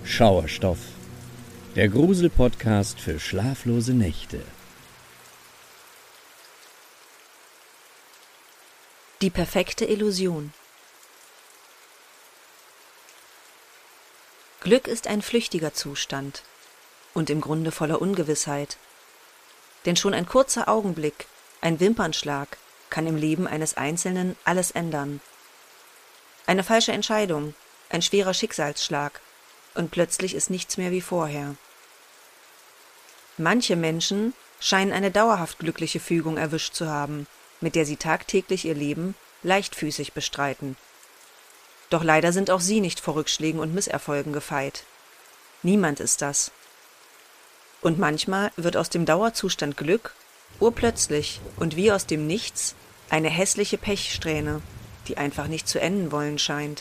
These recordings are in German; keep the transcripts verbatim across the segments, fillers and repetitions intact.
Schauerstoff, der Grusel-Podcast für schlaflose Nächte. Die perfekte Illusion. Glück ist ein flüchtiger Zustand und im Grunde voller Ungewissheit. Denn schon ein kurzer Augenblick, ein Wimpernschlag, kann im Leben eines Einzelnen alles ändern. Eine falsche Entscheidung, ein schwerer Schicksalsschlag, und plötzlich ist nichts mehr wie vorher. Manche Menschen scheinen eine dauerhaft glückliche Fügung erwischt zu haben, mit der sie tagtäglich ihr Leben leichtfüßig bestreiten. Doch leider sind auch sie nicht vor Rückschlägen und Misserfolgen gefeit. Niemand ist das. Und manchmal wird aus dem Dauerzustand Glück urplötzlich und wie aus dem Nichts eine hässliche Pechsträhne, die einfach nicht zu enden wollen scheint.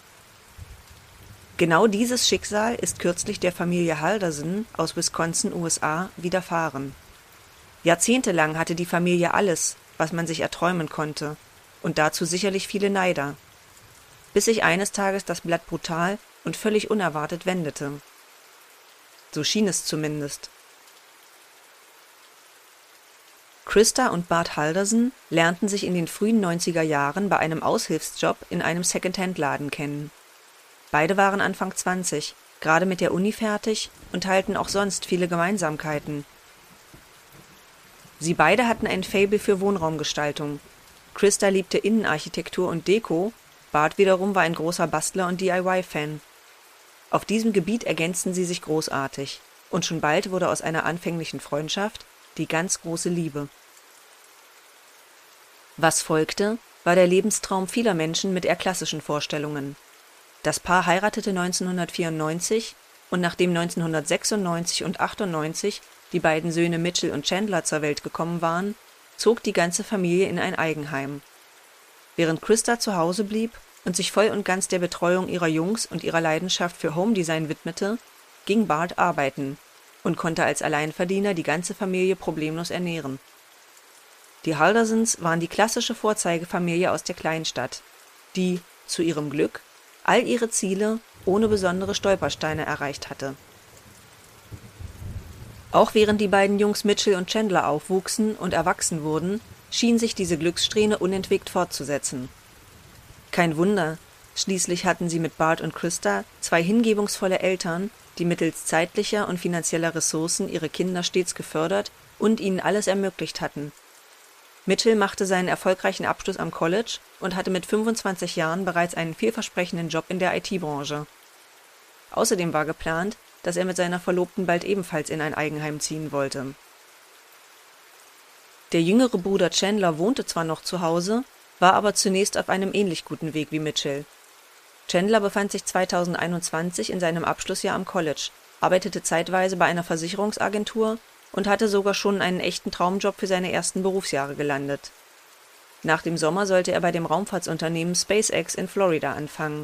Genau dieses Schicksal ist kürzlich der Familie Halderson aus Wisconsin, U S A, widerfahren. Jahrzehntelang hatte die Familie alles, was man sich erträumen konnte, und dazu sicherlich viele Neider, bis sich eines Tages das Blatt brutal und völlig unerwartet wendete. So schien es zumindest. Christa und Bart Halderson lernten sich in den frühen neunziger Jahren bei einem Aushilfsjob in einem Secondhand-Laden kennen. Beide waren Anfang zwanzig, gerade mit der Uni fertig und teilten auch sonst viele Gemeinsamkeiten. Sie beide hatten ein Faible für Wohnraumgestaltung. Christa liebte Innenarchitektur und Deko, Bart wiederum war ein großer Bastler und D I Y-Fan. Auf diesem Gebiet ergänzten sie sich großartig, und schon bald wurde aus einer anfänglichen Freundschaft die ganz große Liebe. Was folgte, war der Lebenstraum vieler Menschen mit eher klassischen Vorstellungen. Das Paar heiratete neunzehnhundertvierundneunzig und nachdem neunzehnhundertsechsundneunzig und achtundneunzig die beiden Söhne Mitchell und Chandler zur Welt gekommen waren, zog die ganze Familie in ein Eigenheim. Während Christa zu Hause blieb und sich voll und ganz der Betreuung ihrer Jungs und ihrer Leidenschaft für Homedesign widmete, ging Bart arbeiten und konnte als Alleinverdiener die ganze Familie problemlos ernähren. Die Haldersons waren die klassische Vorzeigefamilie aus der Kleinstadt, die, zu ihrem Glück, all ihre Ziele ohne besondere Stolpersteine erreicht hatte. Auch während die beiden Jungs Mitchell und Chandler aufwuchsen und erwachsen wurden, schien sich diese Glückssträhne unentwegt fortzusetzen. Kein Wunder, schließlich hatten sie mit Bart und Christa zwei hingebungsvolle Eltern, die mittels zeitlicher und finanzieller Ressourcen ihre Kinder stets gefördert und ihnen alles ermöglicht hatten. Mitchell machte seinen erfolgreichen Abschluss am College und hatte mit fünfundzwanzig Jahren bereits einen vielversprechenden Job in der I T-Branche. Außerdem war geplant, dass er mit seiner Verlobten bald ebenfalls in ein Eigenheim ziehen wollte. Der jüngere Bruder Chandler wohnte zwar noch zu Hause, war aber zunächst auf einem ähnlich guten Weg wie Mitchell. Chandler befand sich zweitausendeinundzwanzig in seinem Abschlussjahr am College, arbeitete zeitweise bei einer Versicherungsagentur und hatte sogar schon einen echten Traumjob für seine ersten Berufsjahre gelandet. Nach dem Sommer sollte er bei dem Raumfahrtsunternehmen SpaceX in Florida anfangen.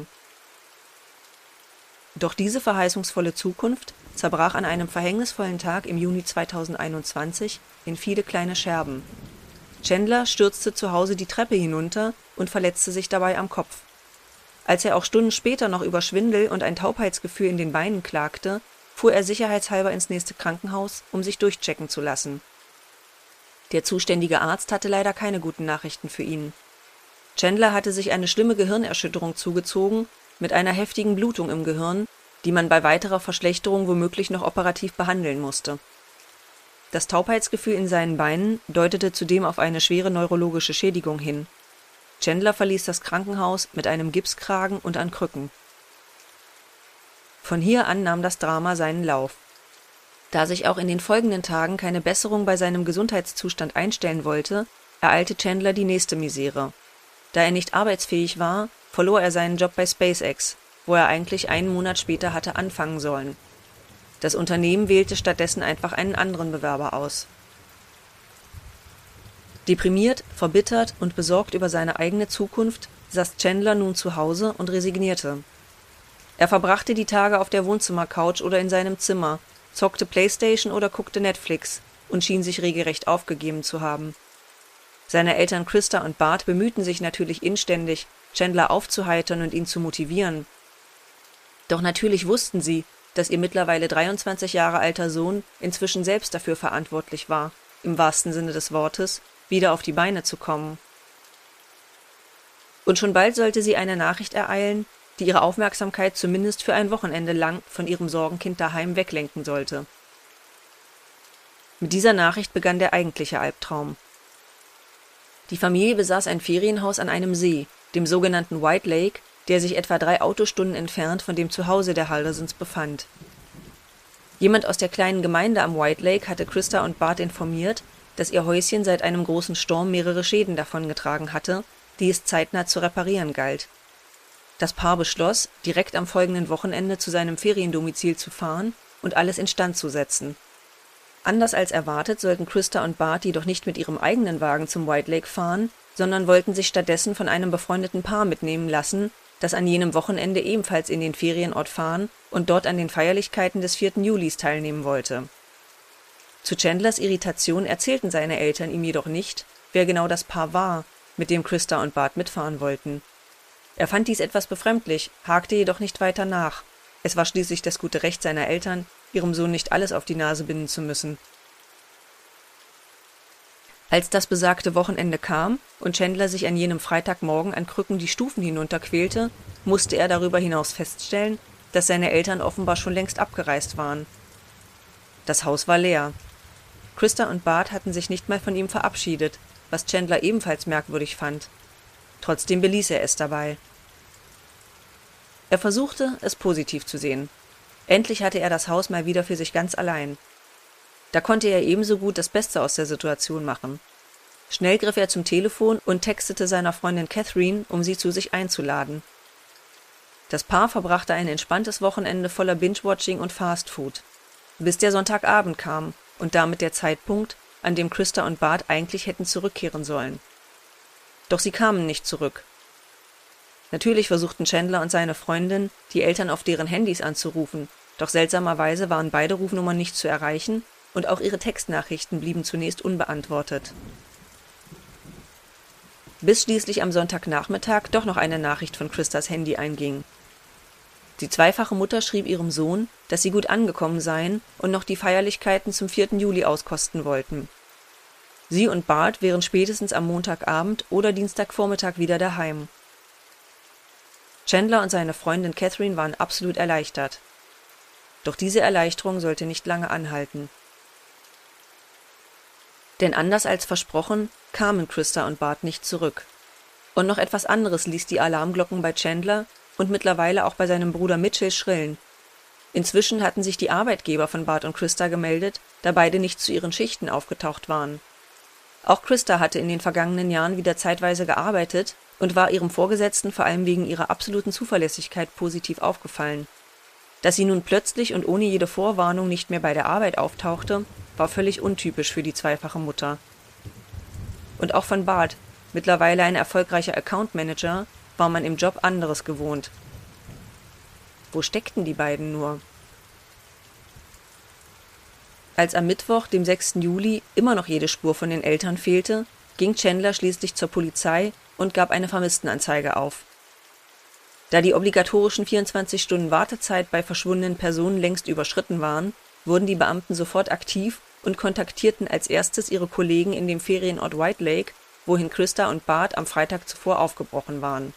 Doch diese verheißungsvolle Zukunft zerbrach an einem verhängnisvollen Tag im Juni zweitausendeinundzwanzig in viele kleine Scherben. Chandler stürzte zu Hause die Treppe hinunter und verletzte sich dabei am Kopf. Als er auch Stunden später noch über Schwindel und ein Taubheitsgefühl in den Beinen klagte, fuhr er sicherheitshalber ins nächste Krankenhaus, um sich durchchecken zu lassen. Der zuständige Arzt hatte leider keine guten Nachrichten für ihn. Chandler hatte sich eine schlimme Gehirnerschütterung zugezogen, mit einer heftigen Blutung im Gehirn, die man bei weiterer Verschlechterung womöglich noch operativ behandeln musste. Das Taubheitsgefühl in seinen Beinen deutete zudem auf eine schwere neurologische Schädigung hin. Chandler verließ das Krankenhaus mit einem Gipskragen und an Krücken. Von hier an nahm das Drama seinen Lauf. Da sich auch in den folgenden Tagen keine Besserung bei seinem Gesundheitszustand einstellen wollte, ereilte Chandler die nächste Misere. Da er nicht arbeitsfähig war, verlor er seinen Job bei SpaceX, wo er eigentlich einen Monat später hatte anfangen sollen. Das Unternehmen wählte stattdessen einfach einen anderen Bewerber aus. Deprimiert, verbittert und besorgt über seine eigene Zukunft saß Chandler nun zu Hause und resignierte. Er verbrachte die Tage auf der Wohnzimmercouch oder in seinem Zimmer, zockte Playstation oder guckte Netflix und schien sich regelrecht aufgegeben zu haben. Seine Eltern Christa und Bart bemühten sich natürlich inständig, Chandler aufzuheitern und ihn zu motivieren. Doch natürlich wussten sie, dass ihr mittlerweile dreiundzwanzig Jahre alter Sohn inzwischen selbst dafür verantwortlich war, im wahrsten Sinne des Wortes, wieder auf die Beine zu kommen. Und schon bald sollte sie eine Nachricht ereilen, die ihre Aufmerksamkeit zumindest für ein Wochenende lang von ihrem Sorgenkind daheim weglenken sollte. Mit dieser Nachricht begann der eigentliche Albtraum. Die Familie besaß ein Ferienhaus an einem See, dem sogenannten White Lake, der sich etwa drei Autostunden entfernt von dem Zuhause der Haldarsons befand. Jemand aus der kleinen Gemeinde am White Lake hatte Christa und Bart informiert, dass ihr Häuschen seit einem großen Sturm mehrere Schäden davongetragen hatte, die es zeitnah zu reparieren galt. Das Paar beschloss, direkt am folgenden Wochenende zu seinem Feriendomizil zu fahren und alles instand zu setzen. Anders als erwartet sollten Christa und Bart jedoch nicht mit ihrem eigenen Wagen zum White Lake fahren, sondern wollten sich stattdessen von einem befreundeten Paar mitnehmen lassen, das an jenem Wochenende ebenfalls in den Ferienort fahren und dort an den Feierlichkeiten des vierten Julis teilnehmen wollte. Zu Chandlers Irritation erzählten seine Eltern ihm jedoch nicht, wer genau das Paar war, mit dem Christa und Bart mitfahren wollten. Er fand dies etwas befremdlich, hakte jedoch nicht weiter nach. Es war schließlich das gute Recht seiner Eltern, ihrem Sohn nicht alles auf die Nase binden zu müssen. Als das besagte Wochenende kam und Chandler sich an jenem Freitagmorgen an Krücken die Stufen hinunterquälte, musste er darüber hinaus feststellen, dass seine Eltern offenbar schon längst abgereist waren. Das Haus war leer. Christa und Bart hatten sich nicht mal von ihm verabschiedet, was Chandler ebenfalls merkwürdig fand. Trotzdem beließ er es dabei. Er versuchte, es positiv zu sehen. Endlich hatte er das Haus mal wieder für sich ganz allein. Da konnte er ebenso gut das Beste aus der Situation machen. Schnell griff er zum Telefon und textete seiner Freundin Catherine, um sie zu sich einzuladen. Das Paar verbrachte ein entspanntes Wochenende voller Binge-Watching und Fastfood, bis der Sonntagabend kam und damit der Zeitpunkt, an dem Christa und Bart eigentlich hätten zurückkehren sollen. Doch sie kamen nicht zurück. Natürlich versuchten Chandler und seine Freundin, die Eltern auf deren Handys anzurufen, doch seltsamerweise waren beide Rufnummern nicht zu erreichen und auch ihre Textnachrichten blieben zunächst unbeantwortet. Bis schließlich am Sonntagnachmittag doch noch eine Nachricht von Christas Handy einging. Die zweifache Mutter schrieb ihrem Sohn, dass sie gut angekommen seien und noch die Feierlichkeiten zum vierten Juli auskosten wollten. Sie und Bart wären spätestens am Montagabend oder Dienstagvormittag wieder daheim. Chandler und seine Freundin Catherine waren absolut erleichtert. Doch diese Erleichterung sollte nicht lange anhalten. Denn anders als versprochen, kamen Christa und Bart nicht zurück. Und noch etwas anderes ließ die Alarmglocken bei Chandler und mittlerweile auch bei seinem Bruder Mitchell schrillen. Inzwischen hatten sich die Arbeitgeber von Bart und Christa gemeldet, da beide nicht zu ihren Schichten aufgetaucht waren. Auch Christa hatte in den vergangenen Jahren wieder zeitweise gearbeitet und war ihrem Vorgesetzten vor allem wegen ihrer absoluten Zuverlässigkeit positiv aufgefallen. Dass sie nun plötzlich und ohne jede Vorwarnung nicht mehr bei der Arbeit auftauchte, war völlig untypisch für die zweifache Mutter. Und auch von Bart, mittlerweile ein erfolgreicher Account-Manager, war man im Job anderes gewohnt. Wo steckten die beiden nur? Als am Mittwoch, dem sechsten Juli, immer noch jede Spur von den Eltern fehlte, ging Chandler schließlich zur Polizei und gab eine Vermisstenanzeige auf. Da die obligatorischen vierundzwanzig Stunden Wartezeit bei verschwundenen Personen längst überschritten waren, wurden die Beamten sofort aktiv und kontaktierten als erstes ihre Kollegen in dem Ferienort White Lake, wohin Christa und Bart am Freitag zuvor aufgebrochen waren.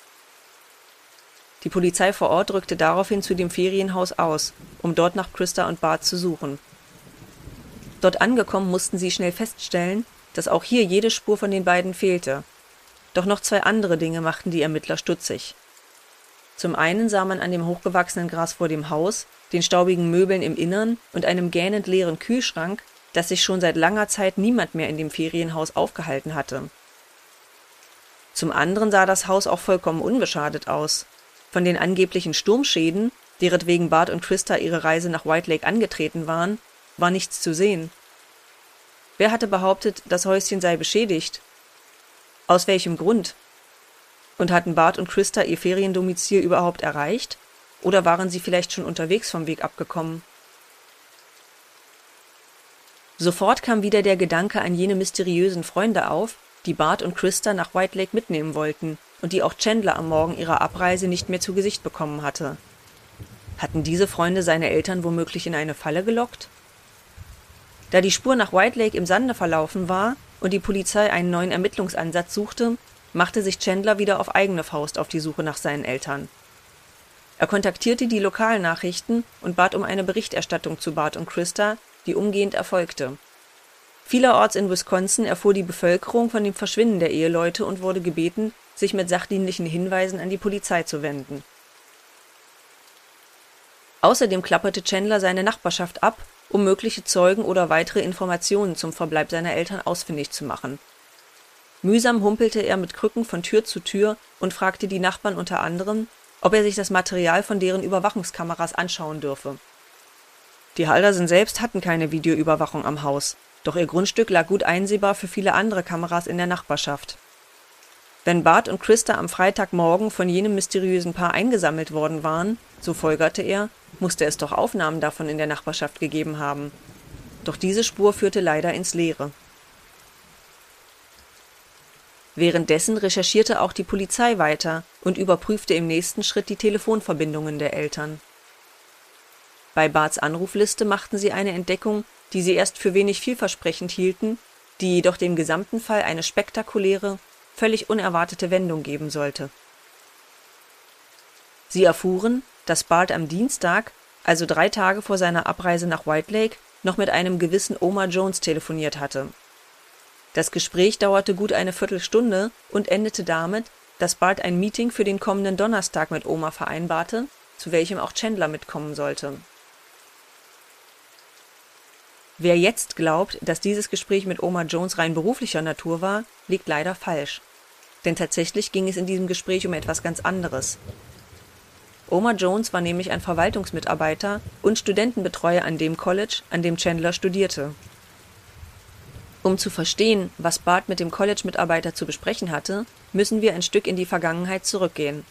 Die Polizei vor Ort rückte daraufhin zu dem Ferienhaus aus, um dort nach Christa und Bart zu suchen. Dort angekommen mussten sie schnell feststellen, dass auch hier jede Spur von den beiden fehlte. Doch noch zwei andere Dinge machten die Ermittler stutzig. Zum einen sah man an dem hochgewachsenen Gras vor dem Haus, den staubigen Möbeln im Innern und einem gähnend leeren Kühlschrank, dass sich schon seit langer Zeit niemand mehr in dem Ferienhaus aufgehalten hatte. Zum anderen sah das Haus auch vollkommen unbeschadet aus. Von den angeblichen Sturmschäden, deretwegen Bart und Christa ihre Reise nach White Lake angetreten waren, war nichts zu sehen. Wer hatte behauptet, das Häuschen sei beschädigt? Aus welchem Grund? Und hatten Bart und Christa ihr Feriendomizil überhaupt erreicht? Oder waren sie vielleicht schon unterwegs vom Weg abgekommen? Sofort kam wieder der Gedanke an jene mysteriösen Freunde auf, die Bart und Christa nach White Lake mitnehmen wollten und die auch Chandler am Morgen ihrer Abreise nicht mehr zu Gesicht bekommen hatte. Hatten diese Freunde seine Eltern womöglich in eine Falle gelockt? Da die Spur nach White Lake im Sande verlaufen war und die Polizei einen neuen Ermittlungsansatz suchte, machte sich Chandler wieder auf eigene Faust auf die Suche nach seinen Eltern. Er kontaktierte die Lokalnachrichten und bat um eine Berichterstattung zu Bart und Krista, die umgehend erfolgte. Vielerorts in Wisconsin erfuhr die Bevölkerung von dem Verschwinden der Eheleute und wurde gebeten, sich mit sachdienlichen Hinweisen an die Polizei zu wenden. Außerdem klapperte Chandler seine Nachbarschaft ab, um mögliche Zeugen oder weitere Informationen zum Verbleib seiner Eltern ausfindig zu machen. Mühsam humpelte er mit Krücken von Tür zu Tür und fragte die Nachbarn unter anderem, ob er sich das Material von deren Überwachungskameras anschauen dürfe. Die Haldersen selbst hatten keine Videoüberwachung am Haus, doch ihr Grundstück lag gut einsehbar für viele andere Kameras in der Nachbarschaft. Wenn Bart und Krista am Freitagmorgen von jenem mysteriösen Paar eingesammelt worden waren, so folgerte er, musste es doch Aufnahmen davon in der Nachbarschaft gegeben haben. Doch diese Spur führte leider ins Leere. Währenddessen recherchierte auch die Polizei weiter und überprüfte im nächsten Schritt die Telefonverbindungen der Eltern. Bei Barts Anrufliste machten sie eine Entdeckung, die sie erst für wenig vielversprechend hielten, die jedoch dem gesamten Fall eine spektakuläre, völlig unerwartete Wendung geben sollte. Sie erfuhren, dass Bart am Dienstag, also drei Tage vor seiner Abreise nach White Lake, noch mit einem gewissen Omar Jones telefoniert hatte. Das Gespräch dauerte gut eine Viertelstunde und endete damit, dass Bart ein Meeting für den kommenden Donnerstag mit Omar vereinbarte, zu welchem auch Chandler mitkommen sollte. Wer jetzt glaubt, dass dieses Gespräch mit Omar Jones rein beruflicher Natur war, liegt leider falsch. Denn tatsächlich ging es in diesem Gespräch um etwas ganz anderes. Omar Jones war nämlich ein Verwaltungsmitarbeiter und Studentenbetreuer an dem College, an dem Chandler studierte. Um zu verstehen, was Bart mit dem College-Mitarbeiter zu besprechen hatte, müssen wir ein Stück in die Vergangenheit zurückgehen.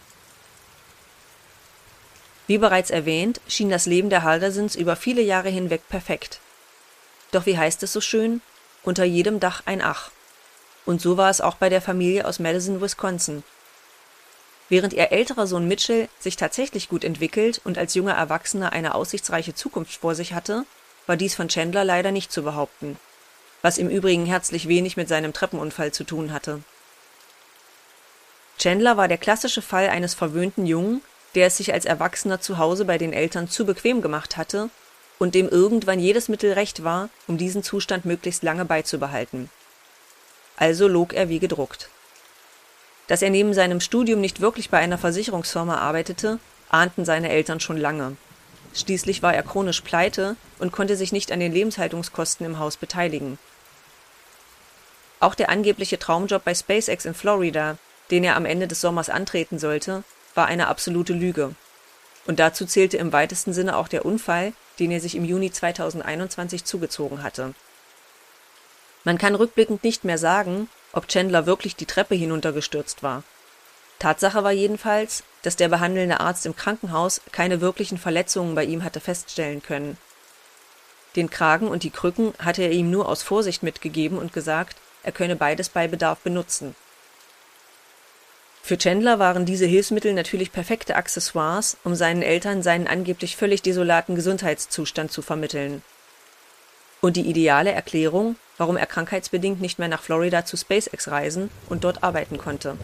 Wie bereits erwähnt, schien das Leben der Haldersons über viele Jahre hinweg perfekt. Doch wie heißt es so schön? Unter jedem Dach ein Ach. Und so war es auch bei der Familie aus Madison, Wisconsin. Während ihr älterer Sohn Mitchell sich tatsächlich gut entwickelt und als junger Erwachsener eine aussichtsreiche Zukunft vor sich hatte, war dies von Chandler leider nicht zu behaupten. Was im Übrigen herzlich wenig mit seinem Treppenunfall zu tun hatte. Chandler war der klassische Fall eines verwöhnten Jungen, der es sich als Erwachsener zu Hause bei den Eltern zu bequem gemacht hatte und dem irgendwann jedes Mittel recht war, um diesen Zustand möglichst lange beizubehalten. Also log er wie gedruckt. Dass er neben seinem Studium nicht wirklich bei einer Versicherungsfirma arbeitete, ahnten seine Eltern schon lange. Schließlich war er chronisch pleite und konnte sich nicht an den Lebenshaltungskosten im Haus beteiligen. Auch der angebliche Traumjob bei SpaceX in Florida, den er am Ende des Sommers antreten sollte, war eine absolute Lüge. Und dazu zählte im weitesten Sinne auch der Unfall, den er sich im Juni zweitausendeinundzwanzig zugezogen hatte. Man kann rückblickend nicht mehr sagen, ob Chandler wirklich die Treppe hinuntergestürzt war. Tatsache war jedenfalls, dass der behandelnde Arzt im Krankenhaus keine wirklichen Verletzungen bei ihm hatte feststellen können. Den Kragen und die Krücken hatte er ihm nur aus Vorsicht mitgegeben und gesagt, er könne beides bei Bedarf benutzen. Für Chandler waren diese Hilfsmittel natürlich perfekte Accessoires, um seinen Eltern seinen angeblich völlig desolaten Gesundheitszustand zu vermitteln. Und die ideale Erklärung, warum er krankheitsbedingt nicht mehr nach Florida zu SpaceX reisen und dort arbeiten konnte.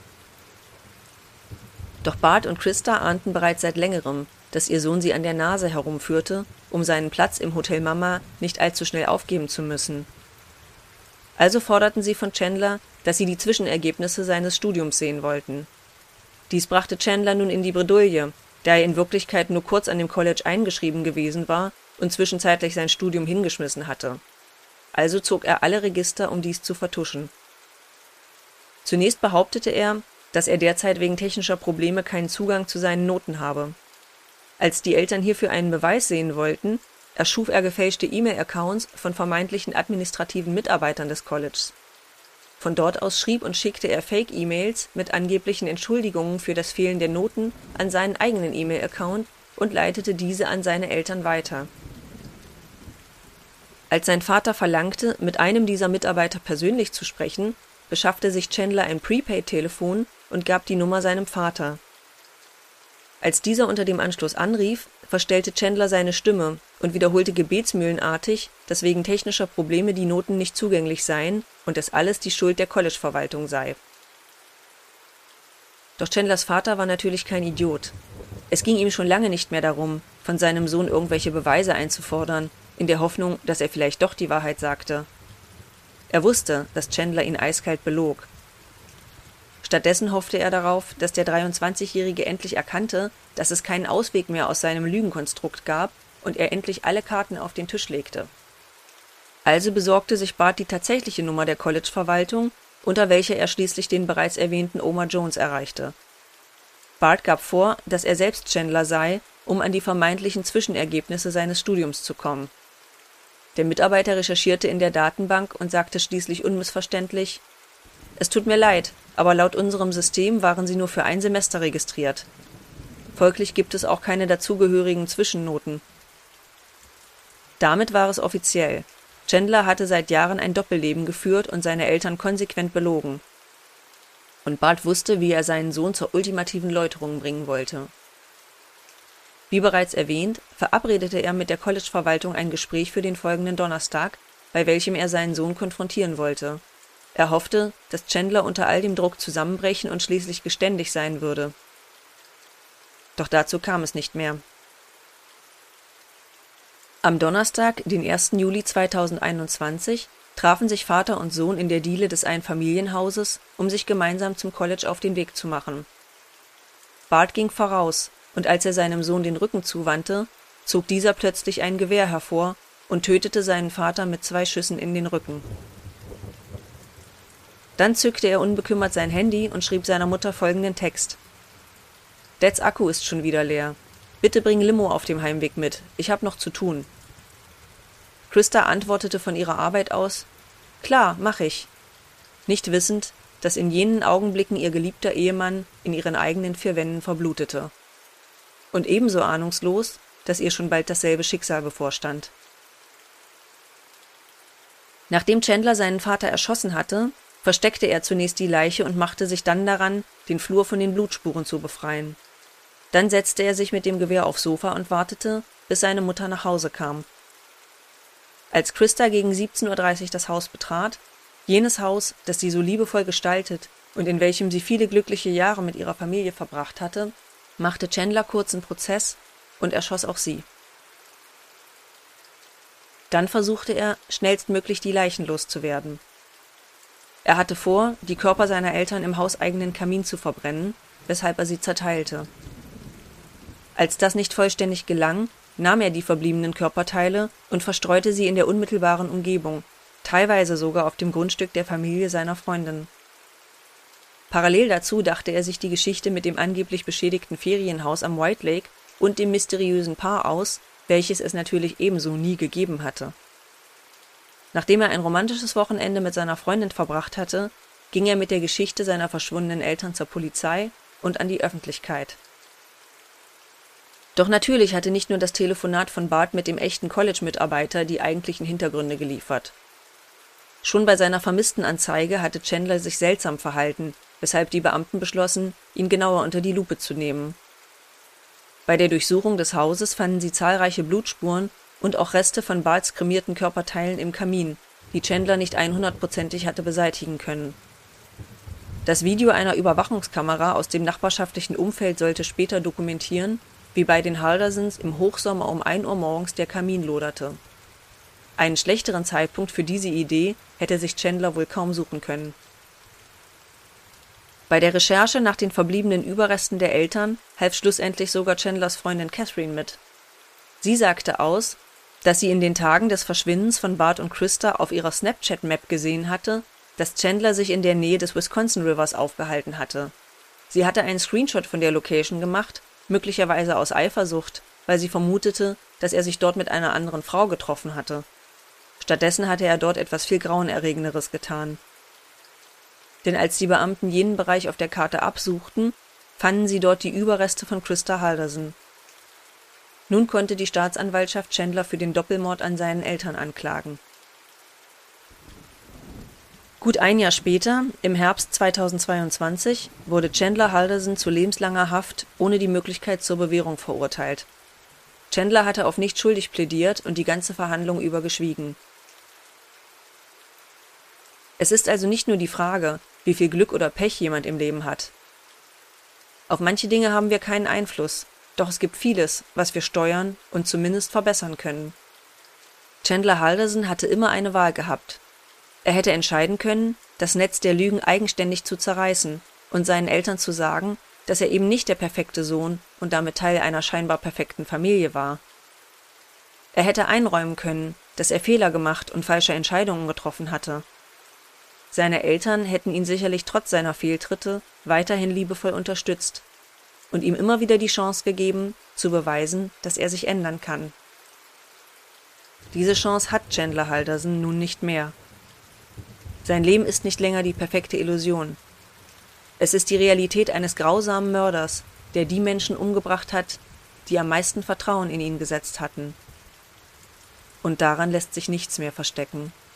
Doch Bart und Krista ahnten bereits seit längerem, dass ihr Sohn sie an der Nase herumführte, um seinen Platz im Hotel Mama nicht allzu schnell aufgeben zu müssen. Also forderten sie von Chandler, dass sie die Zwischenergebnisse seines Studiums sehen wollten. Dies brachte Chandler nun in die Bredouille, da er in Wirklichkeit nur kurz an dem College eingeschrieben gewesen war und zwischenzeitlich sein Studium hingeschmissen hatte. Also zog er alle Register, um dies zu vertuschen. Zunächst behauptete er, dass er derzeit wegen technischer Probleme keinen Zugang zu seinen Noten habe. Als die Eltern hierfür einen Beweis sehen wollten, erschuf er gefälschte E-Mail-Accounts von vermeintlichen administrativen Mitarbeitern des Colleges. Von dort aus schrieb und schickte er Fake-E-Mails mit angeblichen Entschuldigungen für das Fehlen der Noten an seinen eigenen E-Mail-Account und leitete diese an seine Eltern weiter. Als sein Vater verlangte, mit einem dieser Mitarbeiter persönlich zu sprechen, beschaffte sich Chandler ein Prepaid-Telefon und gab die Nummer seinem Vater. Als dieser unter dem Anstoß anrief, verstellte Chandler seine Stimme und wiederholte gebetsmühlenartig, dass wegen technischer Probleme die Noten nicht zugänglich seien und dass alles die Schuld der College-Verwaltung sei. Doch Chandlers Vater war natürlich kein Idiot. Es ging ihm schon lange nicht mehr darum, von seinem Sohn irgendwelche Beweise einzufordern, in der Hoffnung, dass er vielleicht doch die Wahrheit sagte. Er wusste, dass Chandler ihn eiskalt belog. Stattdessen hoffte er darauf, dass der dreiundzwanzigjährige endlich erkannte, dass es keinen Ausweg mehr aus seinem Lügenkonstrukt gab und er endlich alle Karten auf den Tisch legte. Also besorgte sich Bart die tatsächliche Nummer der College-Verwaltung, unter welcher er schließlich den bereits erwähnten Omar Jones erreichte. Bart gab vor, dass er selbst Chandler sei, um an die vermeintlichen Zwischenergebnisse seines Studiums zu kommen. Der Mitarbeiter recherchierte in der Datenbank und sagte schließlich unmissverständlich: »Es tut mir leid, aber laut unserem System waren Sie nur für ein Semester registriert. Folglich gibt es auch keine dazugehörigen Zwischennoten.« Damit war es offiziell. Chandler hatte seit Jahren ein Doppelleben geführt und seine Eltern konsequent belogen. Und Bart wusste, wie er seinen Sohn zur ultimativen Läuterung bringen wollte. Wie bereits erwähnt, verabredete er mit der College-Verwaltung ein Gespräch für den folgenden Donnerstag, bei welchem er seinen Sohn konfrontieren wollte. Er hoffte, dass Chandler unter all dem Druck zusammenbrechen und schließlich geständig sein würde. Doch dazu kam es nicht mehr. Am Donnerstag, den ersten Juli zweitausendeinundzwanzig, trafen sich Vater und Sohn in der Diele des Einfamilienhauses, um sich gemeinsam zum College auf den Weg zu machen. Bart ging voraus, und als er seinem Sohn den Rücken zuwandte, zog dieser plötzlich ein Gewehr hervor und tötete seinen Vater mit zwei Schüssen in den Rücken. Dann zückte er unbekümmert sein Handy und schrieb seiner Mutter folgenden Text: »Dads Akku ist schon wieder leer. Bitte bring Limo auf dem Heimweg mit, ich hab noch zu tun.« Christa antwortete von ihrer Arbeit aus: »Klar, mach ich«, nicht wissend, dass in jenen Augenblicken ihr geliebter Ehemann in ihren eigenen vier Wänden verblutete. Und ebenso ahnungslos, dass ihr schon bald dasselbe Schicksal bevorstand. Nachdem Chandler seinen Vater erschossen hatte, versteckte er zunächst die Leiche und machte sich dann daran, den Flur von den Blutspuren zu befreien. Dann setzte er sich mit dem Gewehr aufs Sofa und wartete, bis seine Mutter nach Hause kam. Als Christa gegen siebzehn Uhr dreißig das Haus betrat, jenes Haus, das sie so liebevoll gestaltet und in welchem sie viele glückliche Jahre mit ihrer Familie verbracht hatte, machte Chandler kurzen Prozess und erschoss auch sie. Dann versuchte er, schnellstmöglich die Leichen loszuwerden. Er hatte vor, die Körper seiner Eltern im hauseigenen Kamin zu verbrennen, weshalb er sie zerteilte. Als das nicht vollständig gelang, nahm er die verbliebenen Körperteile und verstreute sie in der unmittelbaren Umgebung, teilweise sogar auf dem Grundstück der Familie seiner Freundin. Parallel dazu dachte er sich die Geschichte mit dem angeblich beschädigten Ferienhaus am White Lake und dem mysteriösen Paar aus, welches es natürlich ebenso nie gegeben hatte. Nachdem er ein romantisches Wochenende mit seiner Freundin verbracht hatte, ging er mit der Geschichte seiner verschwundenen Eltern zur Polizei und an die Öffentlichkeit. Doch natürlich hatte nicht nur das Telefonat von Bart mit dem echten College-Mitarbeiter die eigentlichen Hintergründe geliefert. Schon bei seiner Vermisstenanzeige hatte Chandler sich seltsam verhalten, weshalb die Beamten beschlossen, ihn genauer unter die Lupe zu nehmen. Bei der Durchsuchung des Hauses fanden sie zahlreiche Blutspuren und auch Reste von Barts kremierten Körperteilen im Kamin, die Chandler nicht hundertprozentig hatte beseitigen können. Das Video einer Überwachungskamera aus dem nachbarschaftlichen Umfeld sollte später dokumentieren, wie bei den Haldarsons im Hochsommer um ein Uhr morgens der Kamin loderte. Einen schlechteren Zeitpunkt für diese Idee hätte sich Chandler wohl kaum suchen können. Bei der Recherche nach den verbliebenen Überresten der Eltern half schlussendlich sogar Chandlers Freundin Catherine mit. Sie sagte aus, dass sie in den Tagen des Verschwindens von Bart und Christa auf ihrer Snapchat-Map gesehen hatte, dass Chandler sich in der Nähe des Wisconsin Rivers aufgehalten hatte. Sie hatte einen Screenshot von der Location gemacht, möglicherweise aus Eifersucht, weil sie vermutete, dass er sich dort mit einer anderen Frau getroffen hatte. Stattdessen hatte er dort etwas viel Grauenerregenderes getan. Denn als die Beamten jenen Bereich auf der Karte absuchten, fanden sie dort die Überreste von Christa Haldarson. Nun konnte die Staatsanwaltschaft Chandler für den Doppelmord an seinen Eltern anklagen. Gut ein Jahr später, im Herbst zweitausendzweiundzwanzig, wurde Chandler Halderson zu lebenslanger Haft ohne die Möglichkeit zur Bewährung verurteilt. Chandler hatte auf nicht schuldig plädiert und die ganze Verhandlung über geschwiegen. Es ist also nicht nur die Frage, wie viel Glück oder Pech jemand im Leben hat. Auf manche Dinge haben wir keinen Einfluss, doch es gibt vieles, was wir steuern und zumindest verbessern können. Chandler Halderson hatte immer eine Wahl gehabt. Er hätte entscheiden können, das Netz der Lügen eigenständig zu zerreißen und seinen Eltern zu sagen, dass er eben nicht der perfekte Sohn und damit Teil einer scheinbar perfekten Familie war. Er hätte einräumen können, dass er Fehler gemacht und falsche Entscheidungen getroffen hatte. Seine Eltern hätten ihn sicherlich trotz seiner Fehltritte weiterhin liebevoll unterstützt und ihm immer wieder die Chance gegeben, zu beweisen, dass er sich ändern kann. Diese Chance hat Chandler Halderson nun nicht mehr. Sein Leben ist nicht länger die perfekte Illusion. Es ist die Realität eines grausamen Mörders, der die Menschen umgebracht hat, die am meisten Vertrauen in ihn gesetzt hatten. Und daran lässt sich nichts mehr verstecken.